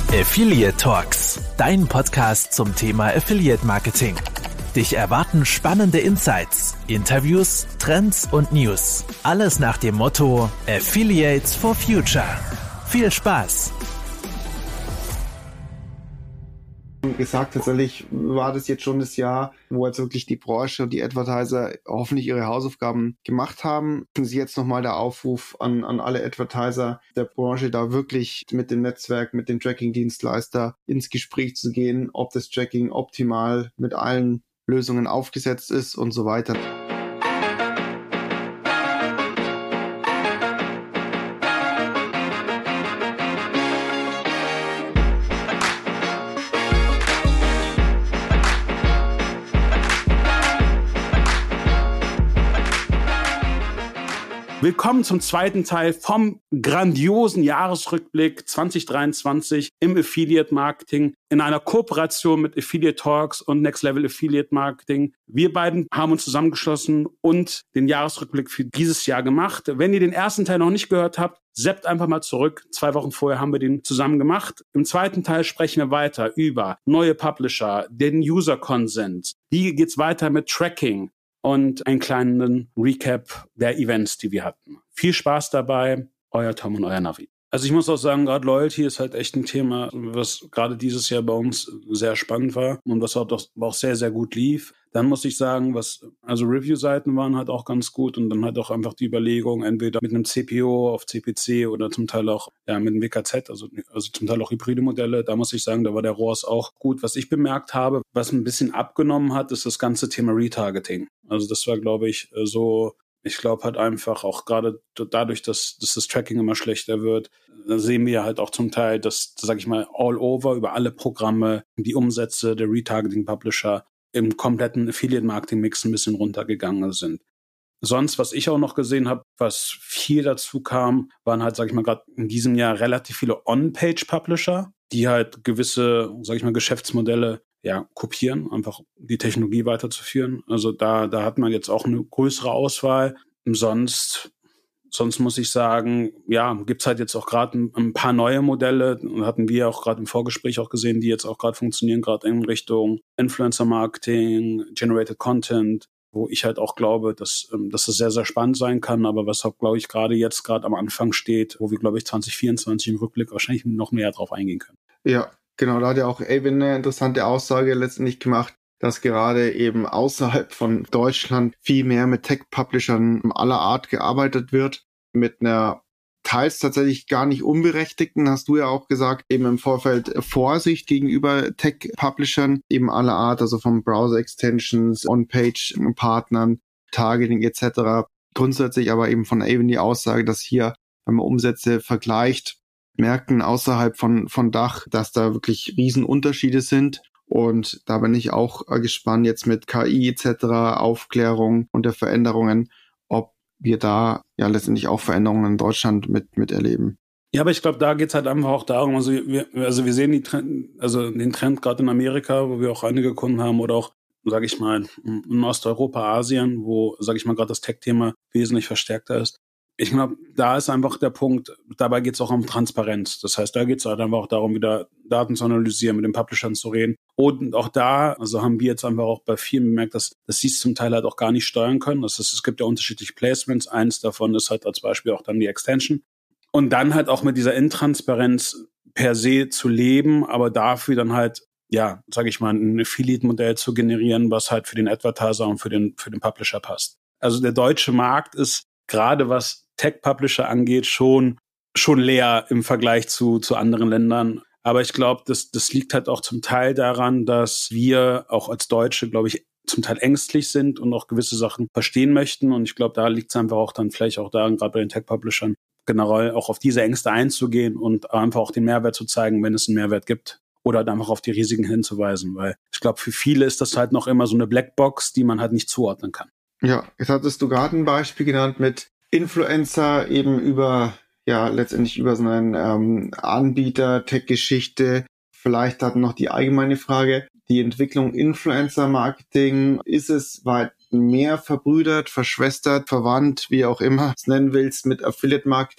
Affiliate Talks, dein Podcast zum Thema Affiliate Marketing. Dich erwarten spannende Insights, Interviews, Trends und News. Alles nach dem Motto Affiliates for Future. Viel Spaß! Gesagt, tatsächlich war das jetzt schon das Jahr, wo jetzt wirklich die Branche und die Advertiser hoffentlich ihre Hausaufgaben gemacht haben. Sie jetzt nochmal der Aufruf an alle Advertiser der Branche, da wirklich mit dem Netzwerk, mit dem Tracking-Dienstleister ins Gespräch zu gehen, ob das Tracking optimal mit allen Lösungen aufgesetzt ist und so weiter. Willkommen zum zweiten Teil vom grandiosen Jahresrückblick 2023 im Affiliate Marketing in einer Kooperation mit Affiliate Talks und Next Level Affiliate Marketing. Wir beiden haben uns zusammengeschlossen und den Jahresrückblick für dieses Jahr gemacht. Wenn ihr den ersten Teil noch nicht gehört habt, zappt einfach mal zurück. 2 Wochen vorher haben wir den zusammen gemacht. Im zweiten Teil sprechen wir weiter über neue Publisher, den User Consent. Wie geht's weiter mit Tracking? Und einen kleinen Recap der Events, die wir hatten. Viel Spaß dabei, euer Tom und euer Navi. Also ich muss auch sagen, gerade Loyalty ist halt echt ein Thema, was gerade dieses Jahr bei uns sehr spannend war und was auch sehr, sehr gut lief. Dann muss ich sagen, also Review-Seiten waren halt auch ganz gut und dann halt auch einfach die Überlegung, entweder mit einem CPO auf CPC oder zum Teil auch mit einem WKZ, also zum Teil auch hybride Modelle. Da muss ich sagen, da war der ROAS auch gut. Was ich bemerkt habe, was ein bisschen abgenommen hat, ist das ganze Thema Retargeting. Also das war, glaube ich, ich glaube halt einfach auch gerade dadurch, dass das Tracking immer schlechter wird, da sehen wir halt auch zum Teil, dass, sage ich mal, all over über alle Programme die Umsätze der Retargeting-Publisher im kompletten Affiliate-Marketing-Mix ein bisschen runtergegangen sind. Sonst, was ich auch noch gesehen habe, was viel dazu kam, waren halt, sage ich mal, gerade in diesem Jahr relativ viele On-Page-Publisher, die halt gewisse, sage ich mal, Geschäftsmodelle kopieren, einfach die Technologie weiterzuführen. Also da hat man jetzt auch eine größere Auswahl. Sonst muss ich sagen, gibt's halt jetzt auch gerade ein paar neue Modelle, hatten wir auch gerade im Vorgespräch auch gesehen, die jetzt auch gerade funktionieren, gerade in Richtung Influencer-Marketing, Generated Content, wo ich halt auch glaube, dass das sehr, sehr spannend sein kann, aber was auch, glaube ich, gerade am Anfang steht, wo wir, glaube ich, 2024 im Rückblick wahrscheinlich noch mehr drauf eingehen können. Ja, genau, da hat ja auch Avin eine interessante Aussage letztendlich gemacht, dass gerade eben außerhalb von Deutschland viel mehr mit Tech-Publishern aller Art gearbeitet wird, mit einer teils tatsächlich gar nicht unberechtigten, hast du ja auch gesagt, eben im Vorfeld Vorsicht gegenüber Tech-Publishern eben aller Art, also von Browser-Extensions, On-Page-Partnern, Targeting etc. Grundsätzlich aber eben von Avin die Aussage, dass hier, wenn man Umsätze vergleicht, Märkten außerhalb von Dach, dass da wirklich Riesenunterschiede sind. Und da bin ich auch gespannt jetzt mit KI etc., Aufklärung und der Veränderungen, ob wir da letztendlich auch Veränderungen in Deutschland mit erleben. Ja, aber ich glaube, da geht's halt einfach auch darum, also wir sehen den Trend gerade in Amerika, wo wir auch einige Kunden haben oder auch, sage ich mal, in Osteuropa, Asien, wo, sage ich mal, gerade das Tech-Thema wesentlich verstärkter ist. Ich glaube, da ist einfach der Punkt, dabei geht es auch um Transparenz. Das heißt, da geht es halt einfach auch darum, wieder Daten zu analysieren, mit den Publishern zu reden. Und auch da, also haben wir jetzt einfach auch bei vielen bemerkt, dass sie es zum Teil halt auch gar nicht steuern können. Das heißt, es gibt ja unterschiedliche Placements. Eins davon ist halt als Beispiel auch dann die Extension. Und dann halt auch mit dieser Intransparenz per se zu leben, aber dafür dann halt, sage ich mal, ein Affiliate-Modell zu generieren, was halt für den Advertiser und für den Publisher passt. Also der deutsche Markt ist gerade was Tech-Publisher angeht, schon leer im Vergleich zu anderen Ländern. Aber ich glaube, das liegt halt auch zum Teil daran, dass wir auch als Deutsche, glaube ich, zum Teil ängstlich sind und auch gewisse Sachen verstehen möchten. Und ich glaube, da liegt es einfach auch dann vielleicht auch daran, gerade bei den Tech-Publishern, generell auch auf diese Ängste einzugehen und einfach auch den Mehrwert zu zeigen, wenn es einen Mehrwert gibt. Oder halt einfach auf die Risiken hinzuweisen. Weil ich glaube, für viele ist das halt noch immer so eine Blackbox, die man halt nicht zuordnen kann. Ja, jetzt hattest du gerade ein Beispiel genannt mit Influencer eben letztendlich über so einen Anbieter, Tech-Geschichte. Vielleicht hat noch die allgemeine Frage, die Entwicklung Influencer-Marketing, ist es weit mehr verbrüdert, verschwestert, verwandt, wie auch immer es nennen willst, mit Affiliate-Marketing?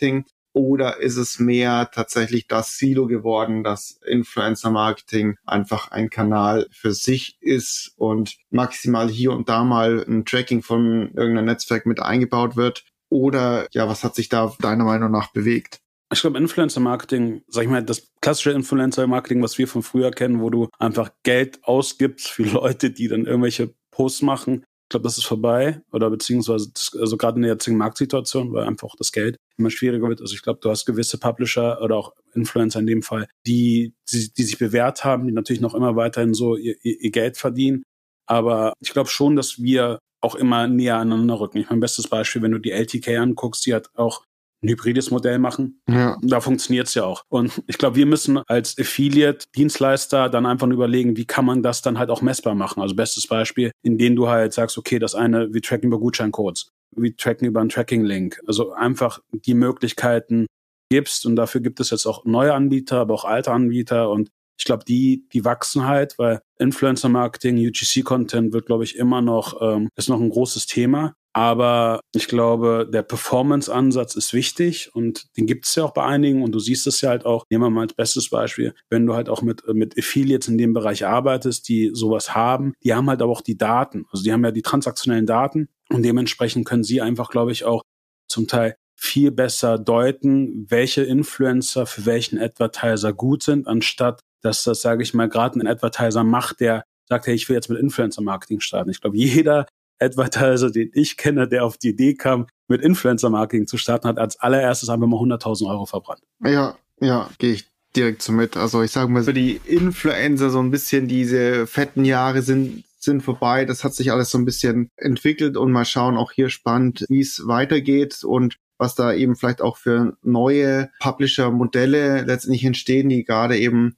Oder ist es mehr tatsächlich das Silo geworden, dass Influencer-Marketing einfach ein Kanal für sich ist und maximal hier und da mal ein Tracking von irgendeinem Netzwerk mit eingebaut wird? Oder ja, was hat sich da deiner Meinung nach bewegt? Ich glaube, Influencer-Marketing, sag ich mal, das klassische Influencer-Marketing, was wir von früher kennen, wo du einfach Geld ausgibst für Leute, die dann irgendwelche Posts machen. Ich glaube, das ist vorbei. Oder beziehungsweise, also gerade in der jetzigen Marktsituation, weil einfach das Geld immer schwieriger wird. Also ich glaube, du hast gewisse Publisher oder auch Influencer in dem Fall, die sich bewährt haben, die natürlich noch immer weiterhin so ihr Geld verdienen. Aber ich glaube schon, dass wir auch immer näher aneinander rücken. Ich meine, bestes Beispiel, wenn du die LTK anguckst, die hat auch ein hybrides Modell machen. Ja. Da funktioniert's ja auch. Und ich glaube, wir müssen als Affiliate-Dienstleister dann einfach überlegen, wie kann man das dann halt auch messbar machen. Also bestes Beispiel, indem du halt sagst, okay, das eine, wir tracken über Gutscheincodes, wir tracken über einen Tracking-Link. Also einfach die Möglichkeiten gibst und dafür gibt es jetzt auch neue Anbieter, aber auch alte Anbieter und ich glaube, die wachsen halt, weil Influencer-Marketing, UGC-Content wird, glaube ich, immer noch, ist noch ein großes Thema. Aber ich glaube, der Performance-Ansatz ist wichtig und den gibt es ja auch bei einigen und du siehst es ja halt auch, nehmen wir mal als bestes Beispiel, wenn du halt auch mit Affiliates in dem Bereich arbeitest, die sowas haben, die haben halt aber auch die Daten, also die haben ja die transaktionellen Daten und dementsprechend können sie einfach, glaube ich, auch zum Teil viel besser deuten, welche Influencer für welchen Advertiser gut sind, anstatt dass das, sage ich mal, gerade ein Advertiser macht, der sagt, hey, ich will jetzt mit Influencer-Marketing starten. Ich glaube, jeder Advertiser, den ich kenne, der auf die Idee kam, mit Influencer-Marketing zu starten, hat als allererstes einfach mal 100.000 Euro verbrannt. Ja, gehe ich direkt so mit. Also ich sage mal, für die Influencer so ein bisschen diese fetten Jahre sind vorbei. Das hat sich alles so ein bisschen entwickelt und mal schauen, auch hier spannend, wie es weitergeht und was da eben vielleicht auch für neue Publisher-Modelle letztendlich entstehen, die gerade eben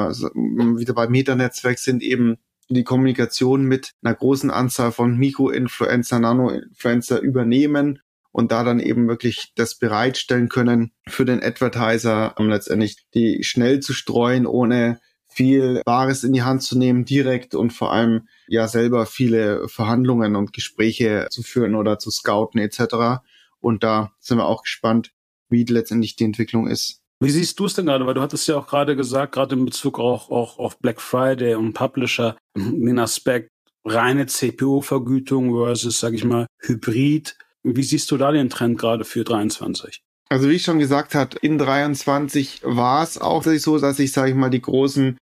wieder beim Meta-Netzwerk sind, eben die Kommunikation mit einer großen Anzahl von Mikro-Influencer, Nano-Influencer übernehmen und da dann eben wirklich das bereitstellen können für den Advertiser, um letztendlich die schnell zu streuen, ohne viel Bares in die Hand zu nehmen, direkt und vor allem ja selber viele Verhandlungen und Gespräche zu führen oder zu scouten etc. Und da sind wir auch gespannt, wie letztendlich die Entwicklung ist. Wie siehst du es denn gerade? Weil du hattest ja auch gerade gesagt, gerade in Bezug auch auf Black Friday und Publisher, den Aspekt reine CPU-Vergütung versus, sag ich mal, Hybrid. Wie siehst du da den Trend gerade für 23? Also wie ich schon gesagt habe, in 23 war es auch so, dass ich, sage ich mal, die großen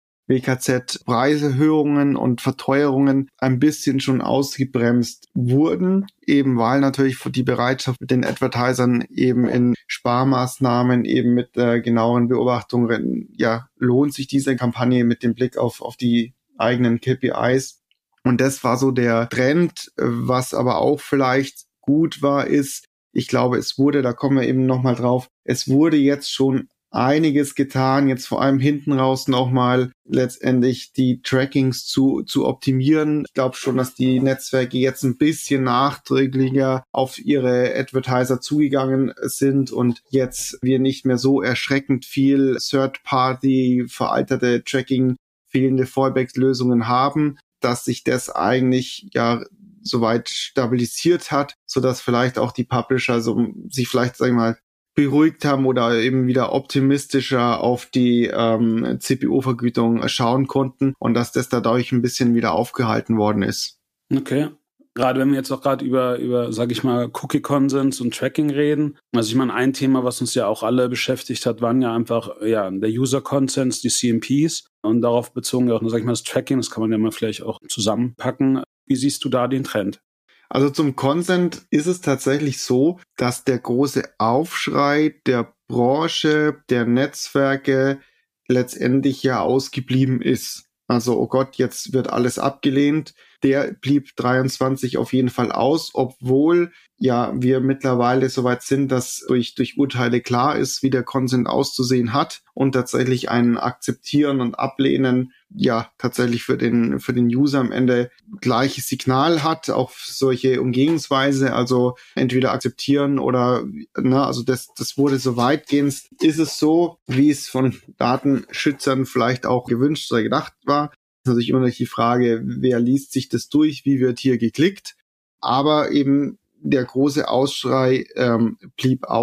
WKZ-Preiserhöhungen und Verteuerungen ein bisschen schon ausgebremst wurden, eben weil natürlich die Bereitschaft mit den Advertisern eben in Sparmaßnahmen, eben mit genaueren Beobachtungen, ja, lohnt sich diese Kampagne mit dem Blick auf die eigenen KPIs. Und das war so der Trend, was aber auch vielleicht gut war, ist, ich glaube, es wurde, da kommen wir eben nochmal drauf, es wurde jetzt schon einiges getan, jetzt vor allem hinten raus nochmal letztendlich die Trackings zu optimieren. Ich glaube schon, dass die Netzwerke jetzt ein bisschen nachträglicher auf ihre Advertiser zugegangen sind und jetzt wir nicht mehr so erschreckend viel Third-Party, veraltete Tracking, fehlende Fallback-Lösungen haben, dass sich das eigentlich ja soweit stabilisiert hat, sodass vielleicht auch die Publisher so sich vielleicht, sag ich mal, beruhigt haben oder eben wieder optimistischer auf die CPU-Vergütung schauen konnten und dass das dadurch ein bisschen wieder aufgehalten worden ist. Okay. Gerade wenn wir jetzt auch gerade über, sage ich mal, Cookie-Consents und Tracking reden. Also ich meine, ein Thema, was uns ja auch alle beschäftigt hat, waren ja einfach der User-Consents, die CMPs und darauf bezogen ja auch, sag ich mal, das Tracking, das kann man ja mal vielleicht auch zusammenpacken. Wie siehst du da den Trend? Also zum Consent ist es tatsächlich so, dass der große Aufschrei der Branche, der Netzwerke letztendlich ja ausgeblieben ist. Also, oh Gott, jetzt wird alles abgelehnt. Der blieb 23 auf jeden Fall aus, obwohl ja wir mittlerweile soweit sind, dass durch Urteile klar ist, wie der Consent auszusehen hat und tatsächlich ein Akzeptieren und Ablehnen ja tatsächlich für den User am Ende gleiches Signal hat, auch solche Umgehungsweise, also entweder akzeptieren oder, also das wurde so weitgehend, ist es so, wie es von Datenschützern vielleicht auch gewünscht oder gedacht war. Das ist natürlich immer noch die Frage, wer liest sich das durch, wie wird hier geklickt, aber eben der große Ausschrei blieb aus.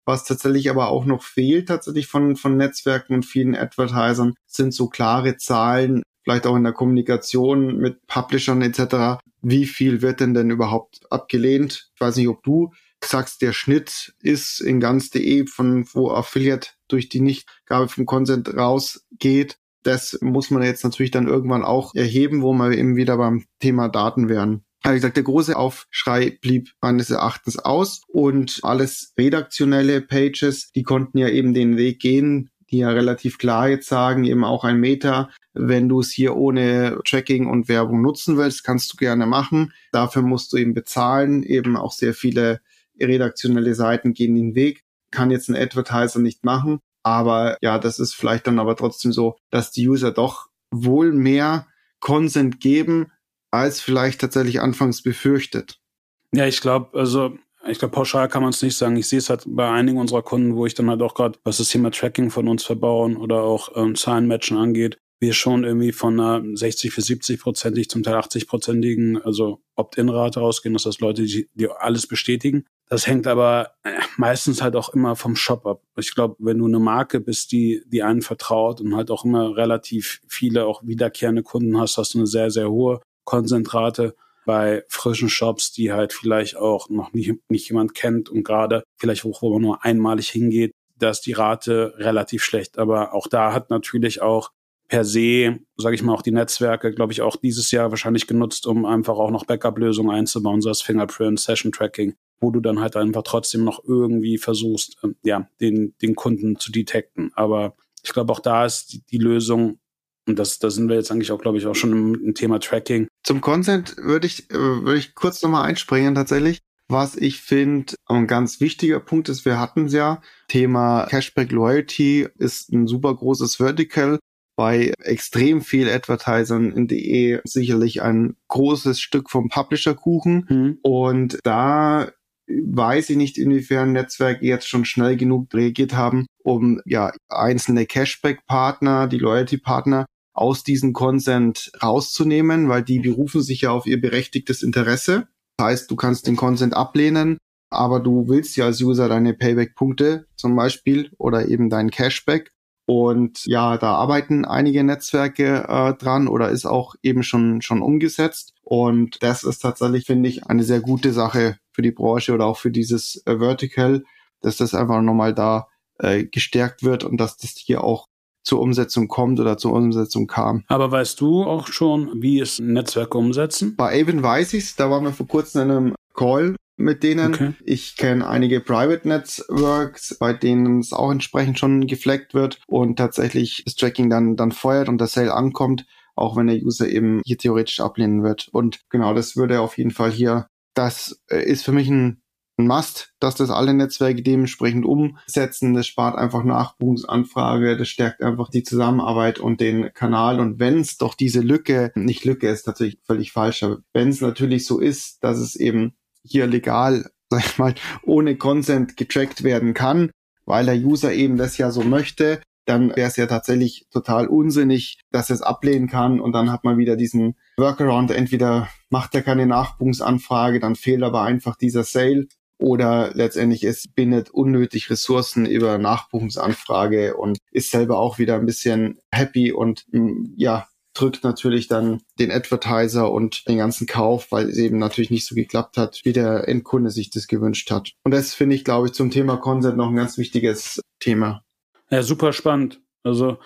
Was tatsächlich aber auch noch fehlt tatsächlich von Netzwerken und vielen Advertisern, sind so klare Zahlen, vielleicht auch in der Kommunikation mit Publishern etc. Wie viel wird denn überhaupt abgelehnt? Ich weiß nicht, ob du sagst, der Schnitt ist in ganz.de, von wo Affiliate durch die Nichtgabe vom Consent rausgeht. Das muss man jetzt natürlich dann irgendwann auch erheben, wo wir eben wieder beim Thema Daten wären. Wie gesagt, der große Aufschrei blieb meines Erachtens aus und alles redaktionelle Pages, die konnten ja eben den Weg gehen, die ja relativ klar jetzt sagen, eben auch ein Meta, wenn du es hier ohne Tracking und Werbung nutzen willst, kannst du gerne machen. Dafür musst du eben bezahlen, eben auch sehr viele redaktionelle Seiten gehen den Weg, kann jetzt ein Advertiser nicht machen, aber ja, das ist vielleicht dann aber trotzdem so, dass die User doch wohl mehr Consent geben, als vielleicht tatsächlich anfangs befürchtet. Ja, ich glaube, pauschal kann man es nicht sagen. Ich sehe es halt bei einigen unserer Kunden, wo ich dann halt auch gerade, was das Thema Tracking von uns verbauen oder auch Zahlenmatchen angeht, wir schon irgendwie von einer 60-70%, zum Teil 80%igen, also Opt-in-Rate ausgehen, dass das Leute, die alles bestätigen. Das hängt aber meistens halt auch immer vom Shop ab. Ich glaube, wenn du eine Marke bist, die einen vertraut und halt auch immer relativ viele auch wiederkehrende Kunden hast, hast du eine sehr, sehr hohe Konzentrate. Bei frischen Shops, die halt vielleicht auch noch nicht jemand kennt und gerade vielleicht wo man nur einmalig hingeht, da ist die Rate relativ schlecht. Aber auch da hat natürlich auch per se, sage ich mal, auch die Netzwerke, glaube ich, auch dieses Jahr wahrscheinlich genutzt, um einfach auch noch Backup-Lösungen einzubauen, so das Fingerprint, Session-Tracking, wo du dann halt einfach trotzdem noch irgendwie versuchst, den Kunden zu detekten. Aber ich glaube, auch da ist die Lösung, und da sind wir jetzt eigentlich auch, glaube ich, auch schon im Thema Tracking. Zum Consent würde ich kurz nochmal einspringen tatsächlich. Was ich finde, ein ganz wichtiger Punkt ist, wir hatten es ja, Thema Cashback Loyalty ist ein super großes Vertical. Bei extrem viel Advertisern in DE sicherlich ein großes Stück vom Publisher-Kuchen. Und da weiß ich nicht, inwiefern Netzwerke jetzt schon schnell genug reagiert haben, um ja einzelne Cashback-Partner, die Loyalty-Partner aus diesem Consent rauszunehmen, weil die berufen sich ja auf ihr berechtigtes Interesse. Das heißt, du kannst den Consent ablehnen, aber du willst ja als User deine Payback-Punkte zum Beispiel oder eben dein Cashback. Und ja, da arbeiten einige Netzwerke dran oder ist auch eben schon umgesetzt. Und das ist tatsächlich, finde ich, eine sehr gute Sache für die Branche oder auch für dieses Vertical, dass das einfach nochmal da gestärkt wird und dass das hier auch zur Umsetzung kommt oder zur Umsetzung kam. Aber weißt du auch schon, wie es Netzwerke umsetzen? Bei Avon weiß ich's, da waren wir vor kurzem in einem Call mit denen. Okay. Ich kenne einige Private Networks, bei denen es auch entsprechend schon gefleckt wird und tatsächlich das Tracking dann feuert und der Sale ankommt, auch wenn der User eben hier theoretisch ablehnen wird. Und genau, das würde auf jeden Fall hier, das ist für mich ein Must, dass das alle Netzwerke dementsprechend umsetzen. Das spart einfach Nachbuchungsanfrage, das stärkt einfach die Zusammenarbeit und den Kanal. Und wenn es doch diese Lücke ist natürlich völlig falsch, aber wenn es natürlich so ist, dass es eben hier legal, sag ich mal, ohne Consent getrackt werden kann, weil der User eben das ja so möchte, dann wäre es ja tatsächlich total unsinnig, dass er es ablehnen kann und dann hat man wieder diesen Workaround, entweder macht er keine Nachbuchungsanfrage, dann fehlt aber einfach dieser Sale oder letztendlich es bindet unnötig Ressourcen über Nachbuchungsanfrage und ist selber auch wieder ein bisschen happy und ja, drückt natürlich dann den Advertiser und den ganzen Kauf, weil es eben natürlich nicht so geklappt hat, wie der Endkunde sich das gewünscht hat. Und das finde ich, glaube ich, zum Thema Consent noch ein ganz wichtiges Thema. Ja, super spannend. Also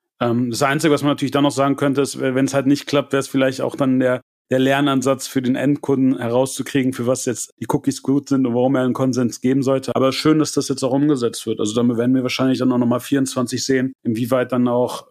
das Einzige, was man natürlich dann noch sagen könnte, ist, wenn es halt nicht klappt, wäre es vielleicht auch dann der Lernansatz für den Endkunden herauszukriegen, für was jetzt die Cookies gut sind und warum er einen Konsens geben sollte. Aber schön, dass das jetzt auch umgesetzt wird. Also damit werden wir wahrscheinlich dann auch nochmal 24 sehen, inwieweit dann auch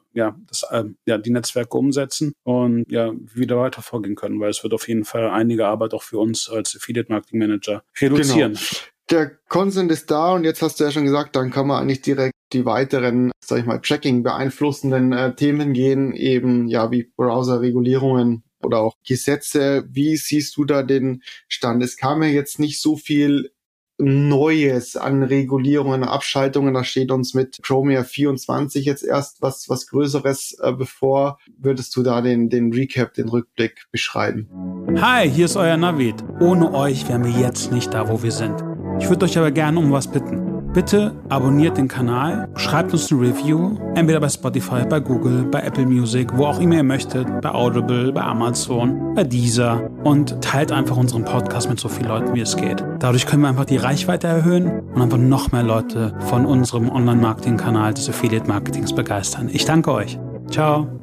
die Netzwerke umsetzen und ja, wieder weiter vorgehen können, weil es wird auf jeden Fall einige Arbeit auch für uns als Affiliate Marketing Manager reduzieren. Genau. Der Consent ist da und jetzt hast du ja schon gesagt, dann kann man eigentlich direkt die weiteren, sag ich mal, Tracking beeinflussenden Themen gehen, eben ja wie Browser-Regulierungen oder auch Gesetze. Wie siehst du da den Stand? Es kam ja jetzt nicht so viel Neues an Regulierungen, Abschaltungen. Da steht uns mit Chrome 24 jetzt erst was Größeres bevor. Würdest du da den Recap, den Rückblick beschreiben? Hi, hier ist euer Navid. Ohne euch wären wir jetzt nicht da, wo wir sind. Ich würde euch aber gerne um was bitten. Bitte abonniert den Kanal, schreibt uns eine Review, entweder bei Spotify, bei Google, bei Apple Music, wo auch immer ihr möchtet, bei Audible, bei Amazon, bei Deezer und teilt einfach unseren Podcast mit so vielen Leuten, wie es geht. Dadurch können wir einfach die Reichweite erhöhen und einfach noch mehr Leute von unserem Online-Marketing-Kanal des Affiliate-Marketings begeistern. Ich danke euch. Ciao.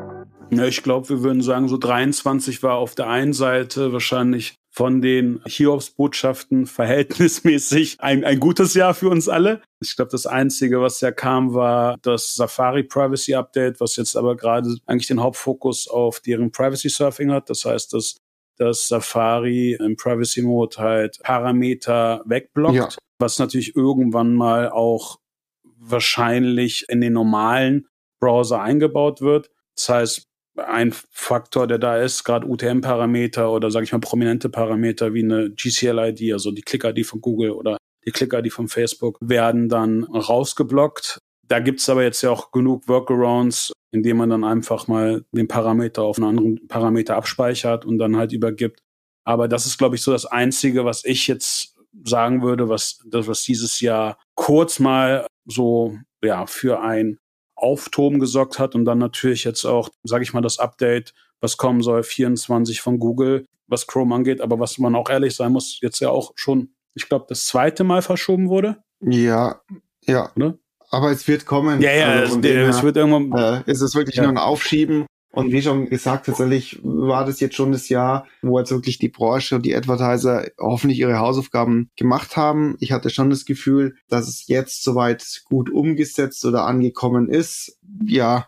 Ja, ich glaube, wir würden sagen, so 23 war auf der einen Seite wahrscheinlich von den Hiobs-Botschaften verhältnismäßig ein gutes Jahr für uns alle. Ich glaube, das Einzige, was ja kam, war das Safari Privacy Update, was jetzt aber gerade eigentlich den Hauptfokus auf deren Privacy Surfing hat. Das heißt, dass das Safari im Privacy Mode halt Parameter wegblockt, was natürlich irgendwann mal auch wahrscheinlich in den normalen Browser eingebaut wird. Das heißt, ein Faktor, der da ist, gerade UTM-Parameter oder sage ich mal prominente Parameter wie eine GCL-ID, also die Click-ID von Google oder die Click-ID von Facebook, werden dann rausgeblockt. Da gibt's aber jetzt ja auch genug Workarounds, indem man dann einfach mal den Parameter auf einen anderen Parameter abspeichert und dann halt übergibt. Aber das ist, glaube ich, so das Einzige, was ich jetzt sagen würde, was dieses Jahr kurz mal so für ein Auftoben gesorgt hat und dann natürlich jetzt auch, sage ich mal, das Update, was kommen soll, 24 von Google, was Chrome angeht, aber was man auch ehrlich sein muss, jetzt ja auch schon, ich glaube, das zweite Mal verschoben wurde. Ja. Oder? Aber es wird kommen. Also es wird irgendwann. Ist es wirklich nur ein Aufschieben. Und wie schon gesagt, tatsächlich war das jetzt schon das Jahr, wo jetzt wirklich die Branche und die Advertiser hoffentlich ihre Hausaufgaben gemacht haben. Ich hatte schon das Gefühl, dass es jetzt soweit gut umgesetzt oder angekommen ist. Ja,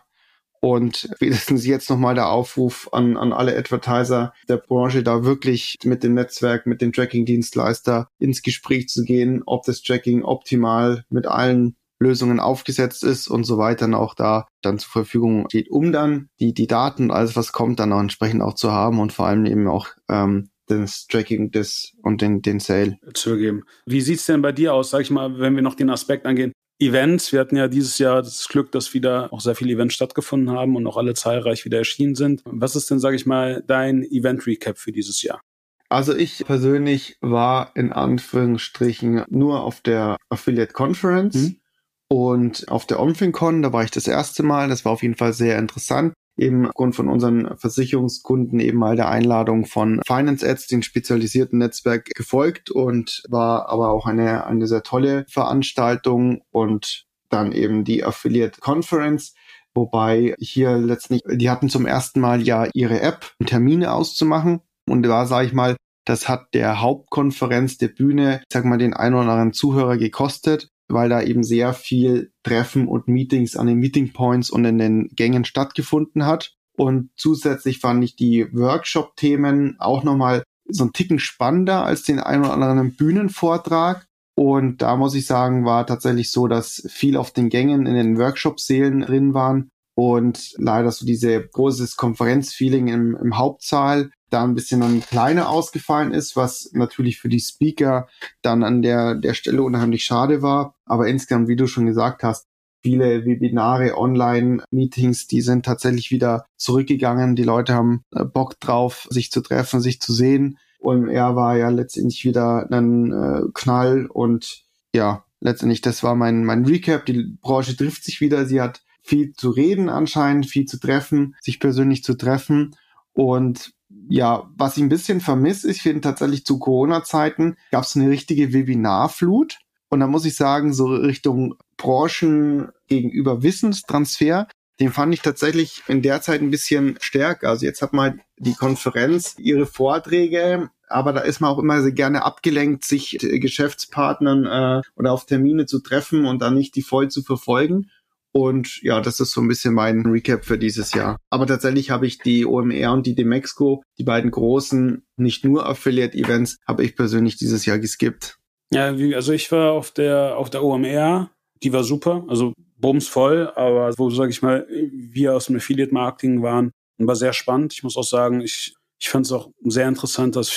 und spätestens jetzt nochmal der Aufruf an alle Advertiser der Branche, da wirklich mit dem Netzwerk, mit dem Tracking-Dienstleister ins Gespräch zu gehen, ob das Tracking optimal mit allen Lösungen aufgesetzt ist und so weiter auch da dann zur Verfügung steht, um dann die Daten und alles, was kommt, dann auch entsprechend auch zu haben und vor allem eben auch das Tracking und den Sale zu geben. Wie sieht's denn bei dir aus, sag ich mal, wenn wir noch den Aspekt angehen? Events, wir hatten ja dieses Jahr das Glück, dass wieder auch sehr viele Events stattgefunden haben und auch alle zahlreich wieder erschienen sind. Was ist denn, sag ich mal, dein Event-Recap für dieses Jahr? Also ich persönlich war in Anführungsstrichen nur auf der Affiliate Conference. Und auf der OmfinCon, da war ich das erste Mal, das war auf jeden Fall sehr interessant, eben aufgrund von unseren Versicherungskunden eben mal der Einladung von Finance Ads, dem spezialisierten Netzwerk, gefolgt und war aber auch eine sehr tolle Veranstaltung und dann eben die Affiliate Conference, wobei hier letztlich, die hatten zum ersten Mal ja ihre App, um Termine auszumachen und da sage ich mal, das hat der Hauptkonferenz, der Bühne, ich sag mal, den einen oder anderen Zuhörer gekostet, weil da eben sehr viel Treffen und Meetings an den Meeting Points und in den Gängen stattgefunden hat. Und zusätzlich fand ich die Workshop-Themen auch nochmal so einen Ticken spannender als den einen oder anderen Bühnenvortrag. Und da muss ich sagen, war tatsächlich so, dass viel auf den Gängen in den Workshop-Sälen drin waren und leider so diese großes Konferenzfeeling im Hauptsaal da ein bisschen dann kleiner ausgefallen ist, was natürlich für die Speaker dann an der Stelle unheimlich schade war. Aber insgesamt, wie du schon gesagt hast, viele Webinare, Online-Meetings, die sind tatsächlich wieder zurückgegangen. Die Leute haben Bock drauf, sich zu treffen, sich zu sehen. Und er war ja letztendlich wieder ein Knall. Und ja, letztendlich, das war mein Recap. Die Branche trifft sich wieder. Sie hat viel zu reden anscheinend, viel zu treffen, sich persönlich zu treffen. Und ja, was ich ein bisschen vermisse, ich finde tatsächlich zu Corona-Zeiten gab es eine richtige Webinarflut. Und da muss ich sagen, so Richtung Branchen gegenüber Wissenstransfer, den fand ich tatsächlich in der Zeit ein bisschen stärker. Also jetzt hat mal die Konferenz ihre Vorträge, aber da ist man auch immer sehr gerne abgelenkt, sich Geschäftspartnern oder auf Termine zu treffen und dann nicht die voll zu verfolgen. Und ja, das ist so ein bisschen mein Recap für dieses Jahr. Aber tatsächlich habe ich die OMR und die Demexco, die beiden großen, nicht nur Affiliate-Events, habe ich persönlich dieses Jahr geskippt. Ja, also ich war auf der OMR, die war super, also bumsvoll, aber wo, sage ich mal, wir aus dem Affiliate-Marketing waren, war sehr spannend. Ich muss auch sagen, ich fand es auch sehr interessant, dass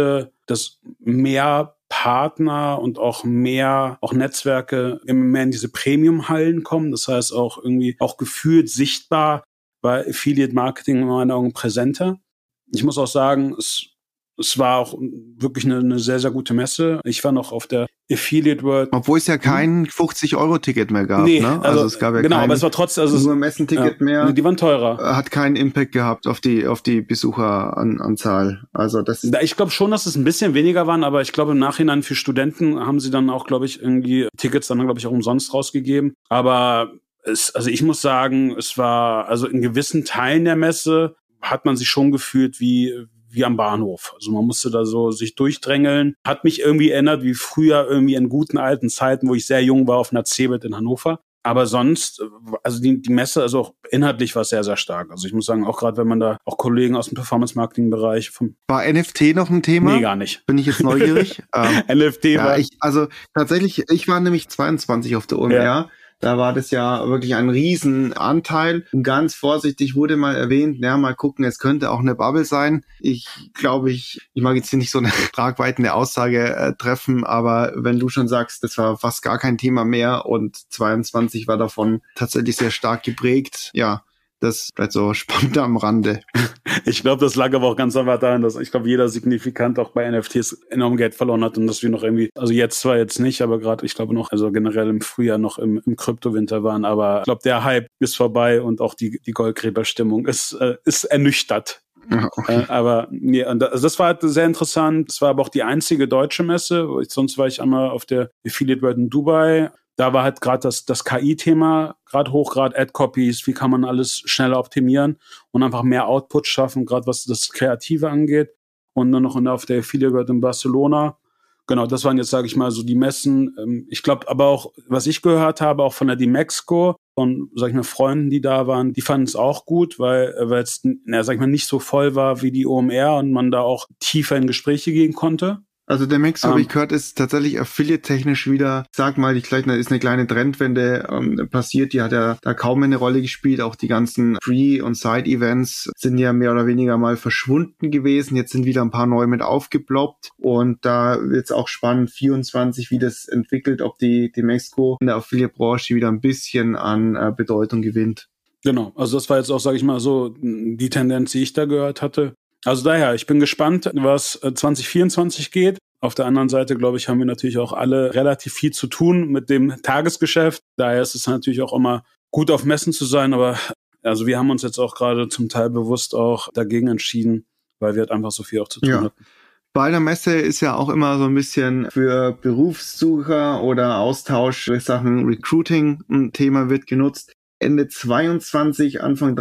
mehr Partner und auch mehr Netzwerke immer mehr in diese Premium-Hallen kommen. Das heißt auch irgendwie auch gefühlt sichtbar bei Affiliate-Marketing in meinen Augen präsenter. Ich muss auch sagen, es es war auch wirklich eine sehr, sehr gute Messe. Ich war noch auf der Affiliate World. Obwohl es ja kein 50-Euro-Ticket mehr gab. Nee, ne? also es gab ja genau, kein, aber es war trotzdem nur Messenticket mehr. Die waren teurer. Hat keinen Impact gehabt auf die Besucheranzahl. Also das. Ich glaube schon, dass es ein bisschen weniger waren, aber ich glaube im Nachhinein für Studenten haben sie dann auch, glaube ich, irgendwie Tickets dann, glaube ich, auch umsonst rausgegeben. Aber also ich muss sagen, es war, also in gewissen Teilen der Messe hat man sich schon gefühlt wie am Bahnhof. Also man musste da so sich durchdrängeln. Hat mich irgendwie erinnert wie früher irgendwie in guten alten Zeiten, wo ich sehr jung war auf einer CeBIT in Hannover. Aber sonst, also die Messe, also auch inhaltlich war es sehr, sehr stark. Also ich muss sagen, auch gerade wenn man da auch Kollegen aus dem Performance-Marketing-Bereich War NFT noch ein Thema? Nee, gar nicht. Bin ich jetzt neugierig? NFT war... Also tatsächlich, ich war nämlich 22 auf der OMR. Ja. Da war das ja wirklich ein Riesenanteil. Ganz vorsichtig wurde mal erwähnt, mal gucken, es könnte auch eine Bubble sein. Ich glaube, ich mag jetzt hier nicht so eine tragweitende Aussage treffen, aber wenn du schon sagst, das war fast gar kein Thema mehr und 22 war davon tatsächlich sehr stark geprägt, ja, das bleibt so spannend am Rande. Ich glaube, das lag aber auch ganz einfach daran, dass ich glaube, jeder signifikant auch bei NFTs enorm Geld verloren hat und dass wir noch irgendwie, also jetzt zwar jetzt nicht, aber gerade, ich glaube noch, also generell im Frühjahr noch im Kryptowinter waren, aber ich glaube, der Hype ist vorbei und auch die Goldgräberstimmung ist ernüchtert. Okay. Aber nee, also das war halt sehr interessant. Das war aber auch die einzige deutsche Messe. Sonst war ich einmal auf der Affiliate World in Dubai. Da war halt gerade das KI-Thema gerade hoch, gerade Ad-Copies, wie kann man alles schneller optimieren und einfach mehr Output schaffen, gerade was das Kreative angeht. Und dann noch auf der Affiliate World in Barcelona. Genau, das waren jetzt, sage ich mal, so die Messen. Ich glaube aber auch, was ich gehört habe, auch von der Dimexco, von, sag ich mal, Freunden, die da waren, die fanden es auch gut, weil es, sag ich mal, nicht so voll war wie die OMR und man da auch tiefer in Gespräche gehen konnte. Also der Mix, habe ich gehört, ist tatsächlich affiliate-technisch wieder, sag mal, da ist eine kleine Trendwende passiert, die hat ja da kaum eine Rolle gespielt, auch die ganzen Free- und Side-Events sind ja mehr oder weniger mal verschwunden gewesen, jetzt sind wieder ein paar neu mit aufgeploppt und da wird es auch spannend, 24, wie das entwickelt, ob die Mexiko in der Affiliate-Branche wieder ein bisschen an Bedeutung gewinnt. Genau, also das war jetzt auch, sage ich mal, so die Tendenz, die ich da gehört hatte. Also daher, ich bin gespannt, was 2024 geht. Auf der anderen Seite, glaube ich, haben wir natürlich auch alle relativ viel zu tun mit dem Tagesgeschäft. Daher ist es natürlich auch immer gut, auf Messen zu sein. Aber also wir haben uns jetzt auch gerade zum Teil bewusst auch dagegen entschieden, weil wir halt einfach so viel auch zu tun hatten. Bei der Messe ist ja auch immer so ein bisschen für Berufssucher oder Austausch Sachen Recruiting ein Thema wird genutzt. Ende 22, Anfang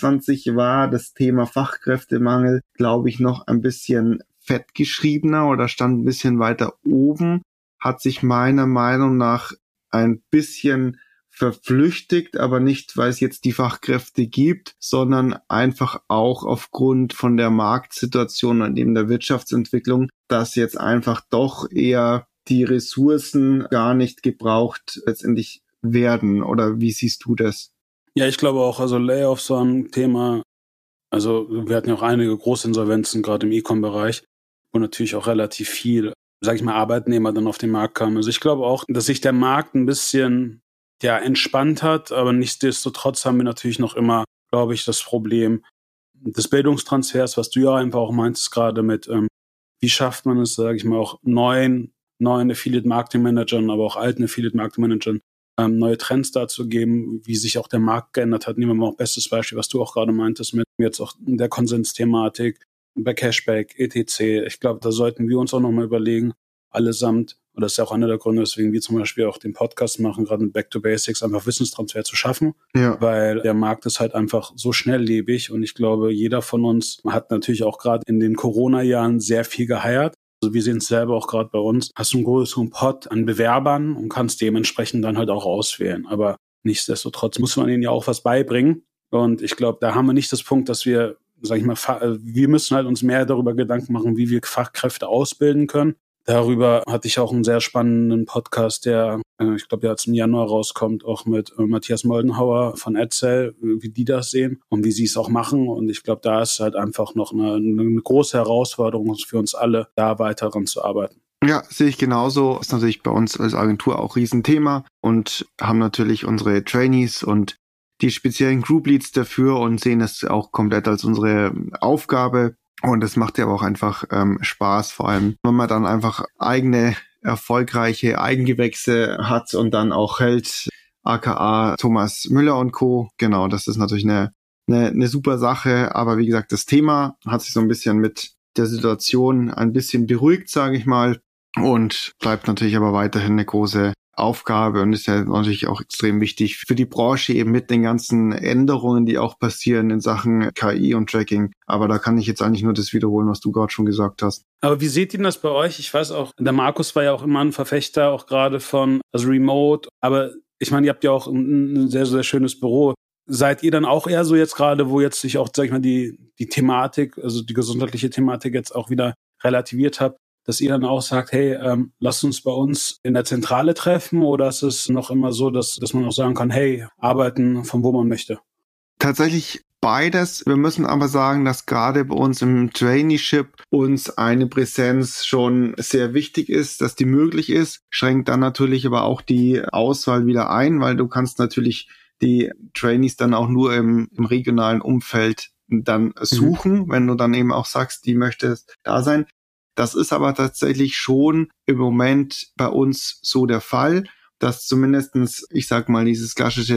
23 war das Thema Fachkräftemangel, glaube ich, noch ein bisschen fettgeschriebener oder stand ein bisschen weiter oben, hat sich meiner Meinung nach ein bisschen verflüchtigt, aber nicht, weil es jetzt die Fachkräfte gibt, sondern einfach auch aufgrund von der Marktsituation und eben der Wirtschaftsentwicklung, dass jetzt einfach doch eher die Ressourcen gar nicht gebraucht letztendlich werden. Oder wie siehst du das? Ja, ich glaube auch, also Layoffs waren ein Thema, also wir hatten ja auch einige Großinsolvenzen, gerade im E-Com-Bereich, wo natürlich auch relativ viel, sag ich mal, Arbeitnehmer dann auf den Markt kamen. Also ich glaube auch, dass sich der Markt ein bisschen entspannt hat, aber nichtsdestotrotz haben wir natürlich noch immer, glaube ich, das Problem des Bildungstransfers, was du ja einfach auch meintest gerade mit, wie schafft man es, sage ich mal, auch neuen Affiliate-Marketing-Managern, aber auch alten Affiliate-Marketing-Managern neue Trends dazu geben, wie sich auch der Markt geändert hat. Nehmen wir mal auch bestes Beispiel, was du auch gerade meintest, mit jetzt auch der Konsensthematik, bei Cashback, etc. Ich glaube, da sollten wir uns auch nochmal überlegen, allesamt, und das ist ja auch einer der Gründe, weswegen wir zum Beispiel auch den Podcast machen, gerade mit Back to Basics, einfach Wissenstransfer zu schaffen, weil der Markt ist halt einfach so schnelllebig und ich glaube, jeder von uns hat natürlich auch gerade in den Corona-Jahren sehr viel geheiert. Also wir sehen es selber auch gerade bei uns, hast du einen größeren Pot an Bewerbern und kannst dementsprechend dann halt auch auswählen. Aber nichtsdestotrotz muss man ihnen ja auch was beibringen. Und ich glaube, da haben wir nicht das Punkt, dass wir, sag ich mal, wir müssen halt uns mehr darüber Gedanken machen, wie wir Fachkräfte ausbilden können. Darüber hatte ich auch einen sehr spannenden Podcast, der, ich glaube, jetzt im Januar rauskommt, auch mit Matthias Moldenhauer von AdSell, wie die das sehen und wie sie es auch machen. Und ich glaube, da ist halt einfach noch eine große Herausforderung für uns alle, da weiter daran zu arbeiten. Ja, sehe ich genauso. Ist natürlich bei uns als Agentur auch ein Riesenthema und haben natürlich unsere Trainees und die speziellen Group Leads dafür und sehen es auch komplett als unsere Aufgabe. Und es macht ja aber auch einfach Spaß, vor allem, wenn man dann einfach eigene, erfolgreiche Eigengewächse hat und dann auch hält, aka Thomas Müller und Co. Genau, das ist natürlich eine super Sache. Aber wie gesagt, das Thema hat sich so ein bisschen mit der Situation ein bisschen beruhigt, sage ich mal. Und bleibt natürlich aber weiterhin eine große Aufgabe und ist ja natürlich auch extrem wichtig für die Branche eben mit den ganzen Änderungen, die auch passieren in Sachen KI und Tracking. Aber da kann ich jetzt eigentlich nur das wiederholen, was du gerade schon gesagt hast. Aber wie seht ihr das bei euch? Ich weiß auch, der Markus war ja auch immer ein Verfechter, auch gerade von Remote. Aber ich meine, ihr habt ja auch ein sehr, sehr schönes Büro. Seid ihr dann auch eher so jetzt gerade, wo jetzt sich auch, sag ich mal, die Thematik, also die gesundheitliche Thematik jetzt auch wieder relativiert habt, dass ihr dann auch sagt, hey, lasst uns bei uns in der Zentrale treffen, oder ist es noch immer so, dass man auch sagen kann, hey, arbeiten von wo man möchte? Tatsächlich beides. Wir müssen aber sagen, dass gerade bei uns im Traineeship uns eine Präsenz schon sehr wichtig ist, dass die möglich ist, schränkt dann natürlich aber auch die Auswahl wieder ein, weil du kannst natürlich die Trainees dann auch nur im regionalen Umfeld dann suchen, wenn du dann eben auch sagst, die möchtest da sein. Das ist aber tatsächlich schon im Moment bei uns so der Fall, dass zumindestens, ich sag mal, dieses klassische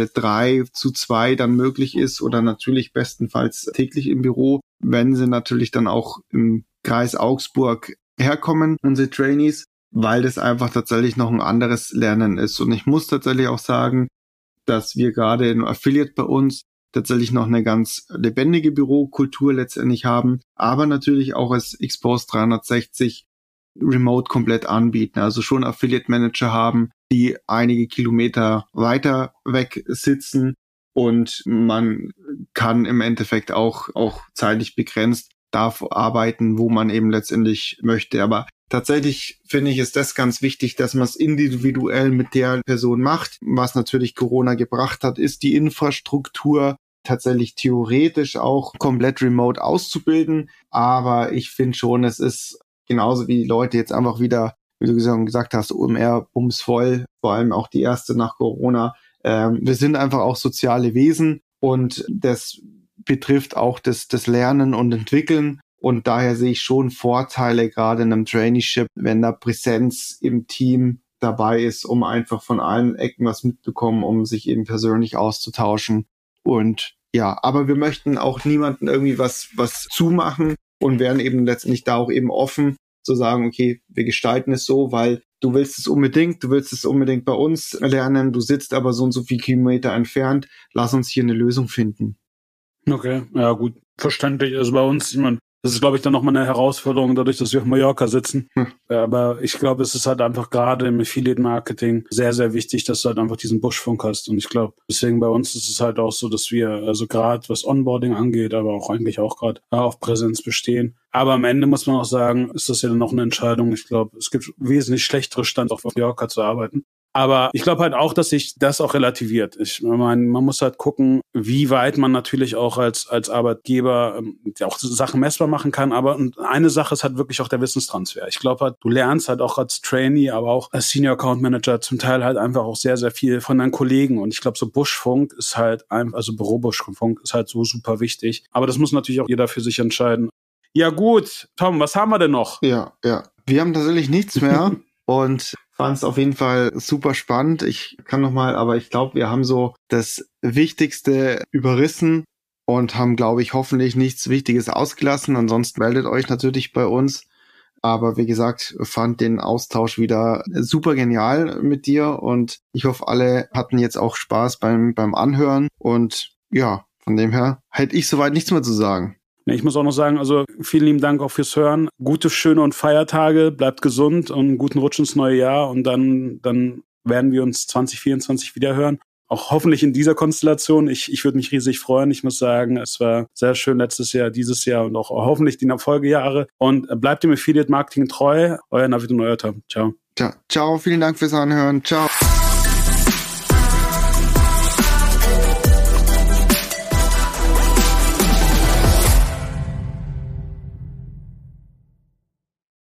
3:2 dann möglich ist oder natürlich bestenfalls täglich im Büro, wenn sie natürlich dann auch im Kreis Augsburg herkommen, unsere Trainees, weil das einfach tatsächlich noch ein anderes Lernen ist. Und ich muss tatsächlich auch sagen, dass wir gerade im Affiliate bei uns tatsächlich noch eine ganz lebendige Bürokultur letztendlich haben, aber natürlich auch als Xposed 360 remote komplett anbieten, also schon Affiliate Manager haben, die einige Kilometer weiter weg sitzen, und man kann im Endeffekt auch zeitlich begrenzt da arbeiten, wo man eben letztendlich möchte. Aber tatsächlich finde ich, ist das ganz wichtig, dass man es individuell mit der Person macht. Was natürlich Corona gebracht hat, ist die Infrastruktur tatsächlich theoretisch auch komplett remote auszubilden. Aber ich finde schon, es ist genauso wie die Leute jetzt einfach wieder, wie du gesagt hast, OMR bumsvoll, vor allem auch die erste nach Corona. Wir sind einfach auch soziale Wesen, und das betrifft auch das Lernen und Entwickeln. Und daher sehe ich schon Vorteile, gerade in einem Traineeship, wenn da Präsenz im Team dabei ist, um einfach von allen Ecken was mitzubekommen, um sich eben persönlich auszutauschen. Und ja, aber wir möchten auch niemanden irgendwie was zumachen und werden eben letztendlich da auch eben offen zu sagen, okay, wir gestalten es so, weil du willst es unbedingt bei uns lernen, du sitzt aber so und so viele Kilometer entfernt, lass uns hier eine Lösung finden. Okay, ja gut, verständlich. Also bei uns, ich meine, das ist, glaube ich, dann nochmal eine Herausforderung, dadurch, dass wir auf Mallorca sitzen. Aber ich glaube, es ist halt einfach gerade im Affiliate-Marketing sehr, sehr wichtig, dass du halt einfach diesen Buschfunk hast. Und ich glaube, deswegen bei uns ist es halt auch so, dass wir, also gerade was Onboarding angeht, aber auch eigentlich auch gerade auf Präsenz bestehen. Aber am Ende muss man auch sagen, ist das ja dann noch eine Entscheidung. Ich glaube, es gibt wesentlich schlechtere Standorte, auf Mallorca zu arbeiten. Aber ich glaube halt auch, dass sich das auch relativiert. Ich meine, man muss halt gucken, wie weit man natürlich auch als Arbeitgeber auch Sachen messbar machen kann. Aber eine Sache ist halt wirklich auch der Wissenstransfer. Ich glaube halt, du lernst halt auch als Trainee, aber auch als Senior Account Manager zum Teil halt einfach auch sehr, sehr viel von deinen Kollegen. Und ich glaube, so Buschfunk ist halt einfach, also Bürobuschfunk ist halt so super wichtig. Aber das muss natürlich auch jeder für sich entscheiden. Ja gut, Tom, was haben wir denn noch? Ja. Wir haben tatsächlich nichts mehr und fand es auf jeden Fall super spannend. Ich kann nochmal, aber ich glaube, wir haben so das Wichtigste überrissen und haben, glaube ich, hoffentlich nichts Wichtiges ausgelassen. Ansonsten meldet euch natürlich bei uns. Aber wie gesagt, fand den Austausch wieder super genial mit dir, und ich hoffe, alle hatten jetzt auch Spaß beim Anhören. Und ja, von dem her hätte ich soweit nichts mehr zu sagen. Ich muss auch noch sagen, also vielen lieben Dank auch fürs Hören. Gute, schöne und Feiertage, bleibt gesund und einen guten Rutsch ins neue Jahr, und dann werden wir uns 2024 wieder hören. Auch hoffentlich in dieser Konstellation. Ich würde mich riesig freuen. Ich muss sagen, es war sehr schön letztes Jahr, dieses Jahr und auch hoffentlich die Folgejahre. Und bleibt dem Affiliate Marketing treu. Euer Navid und euer Tom. Ciao. Ciao, vielen Dank fürs Anhören. Ciao.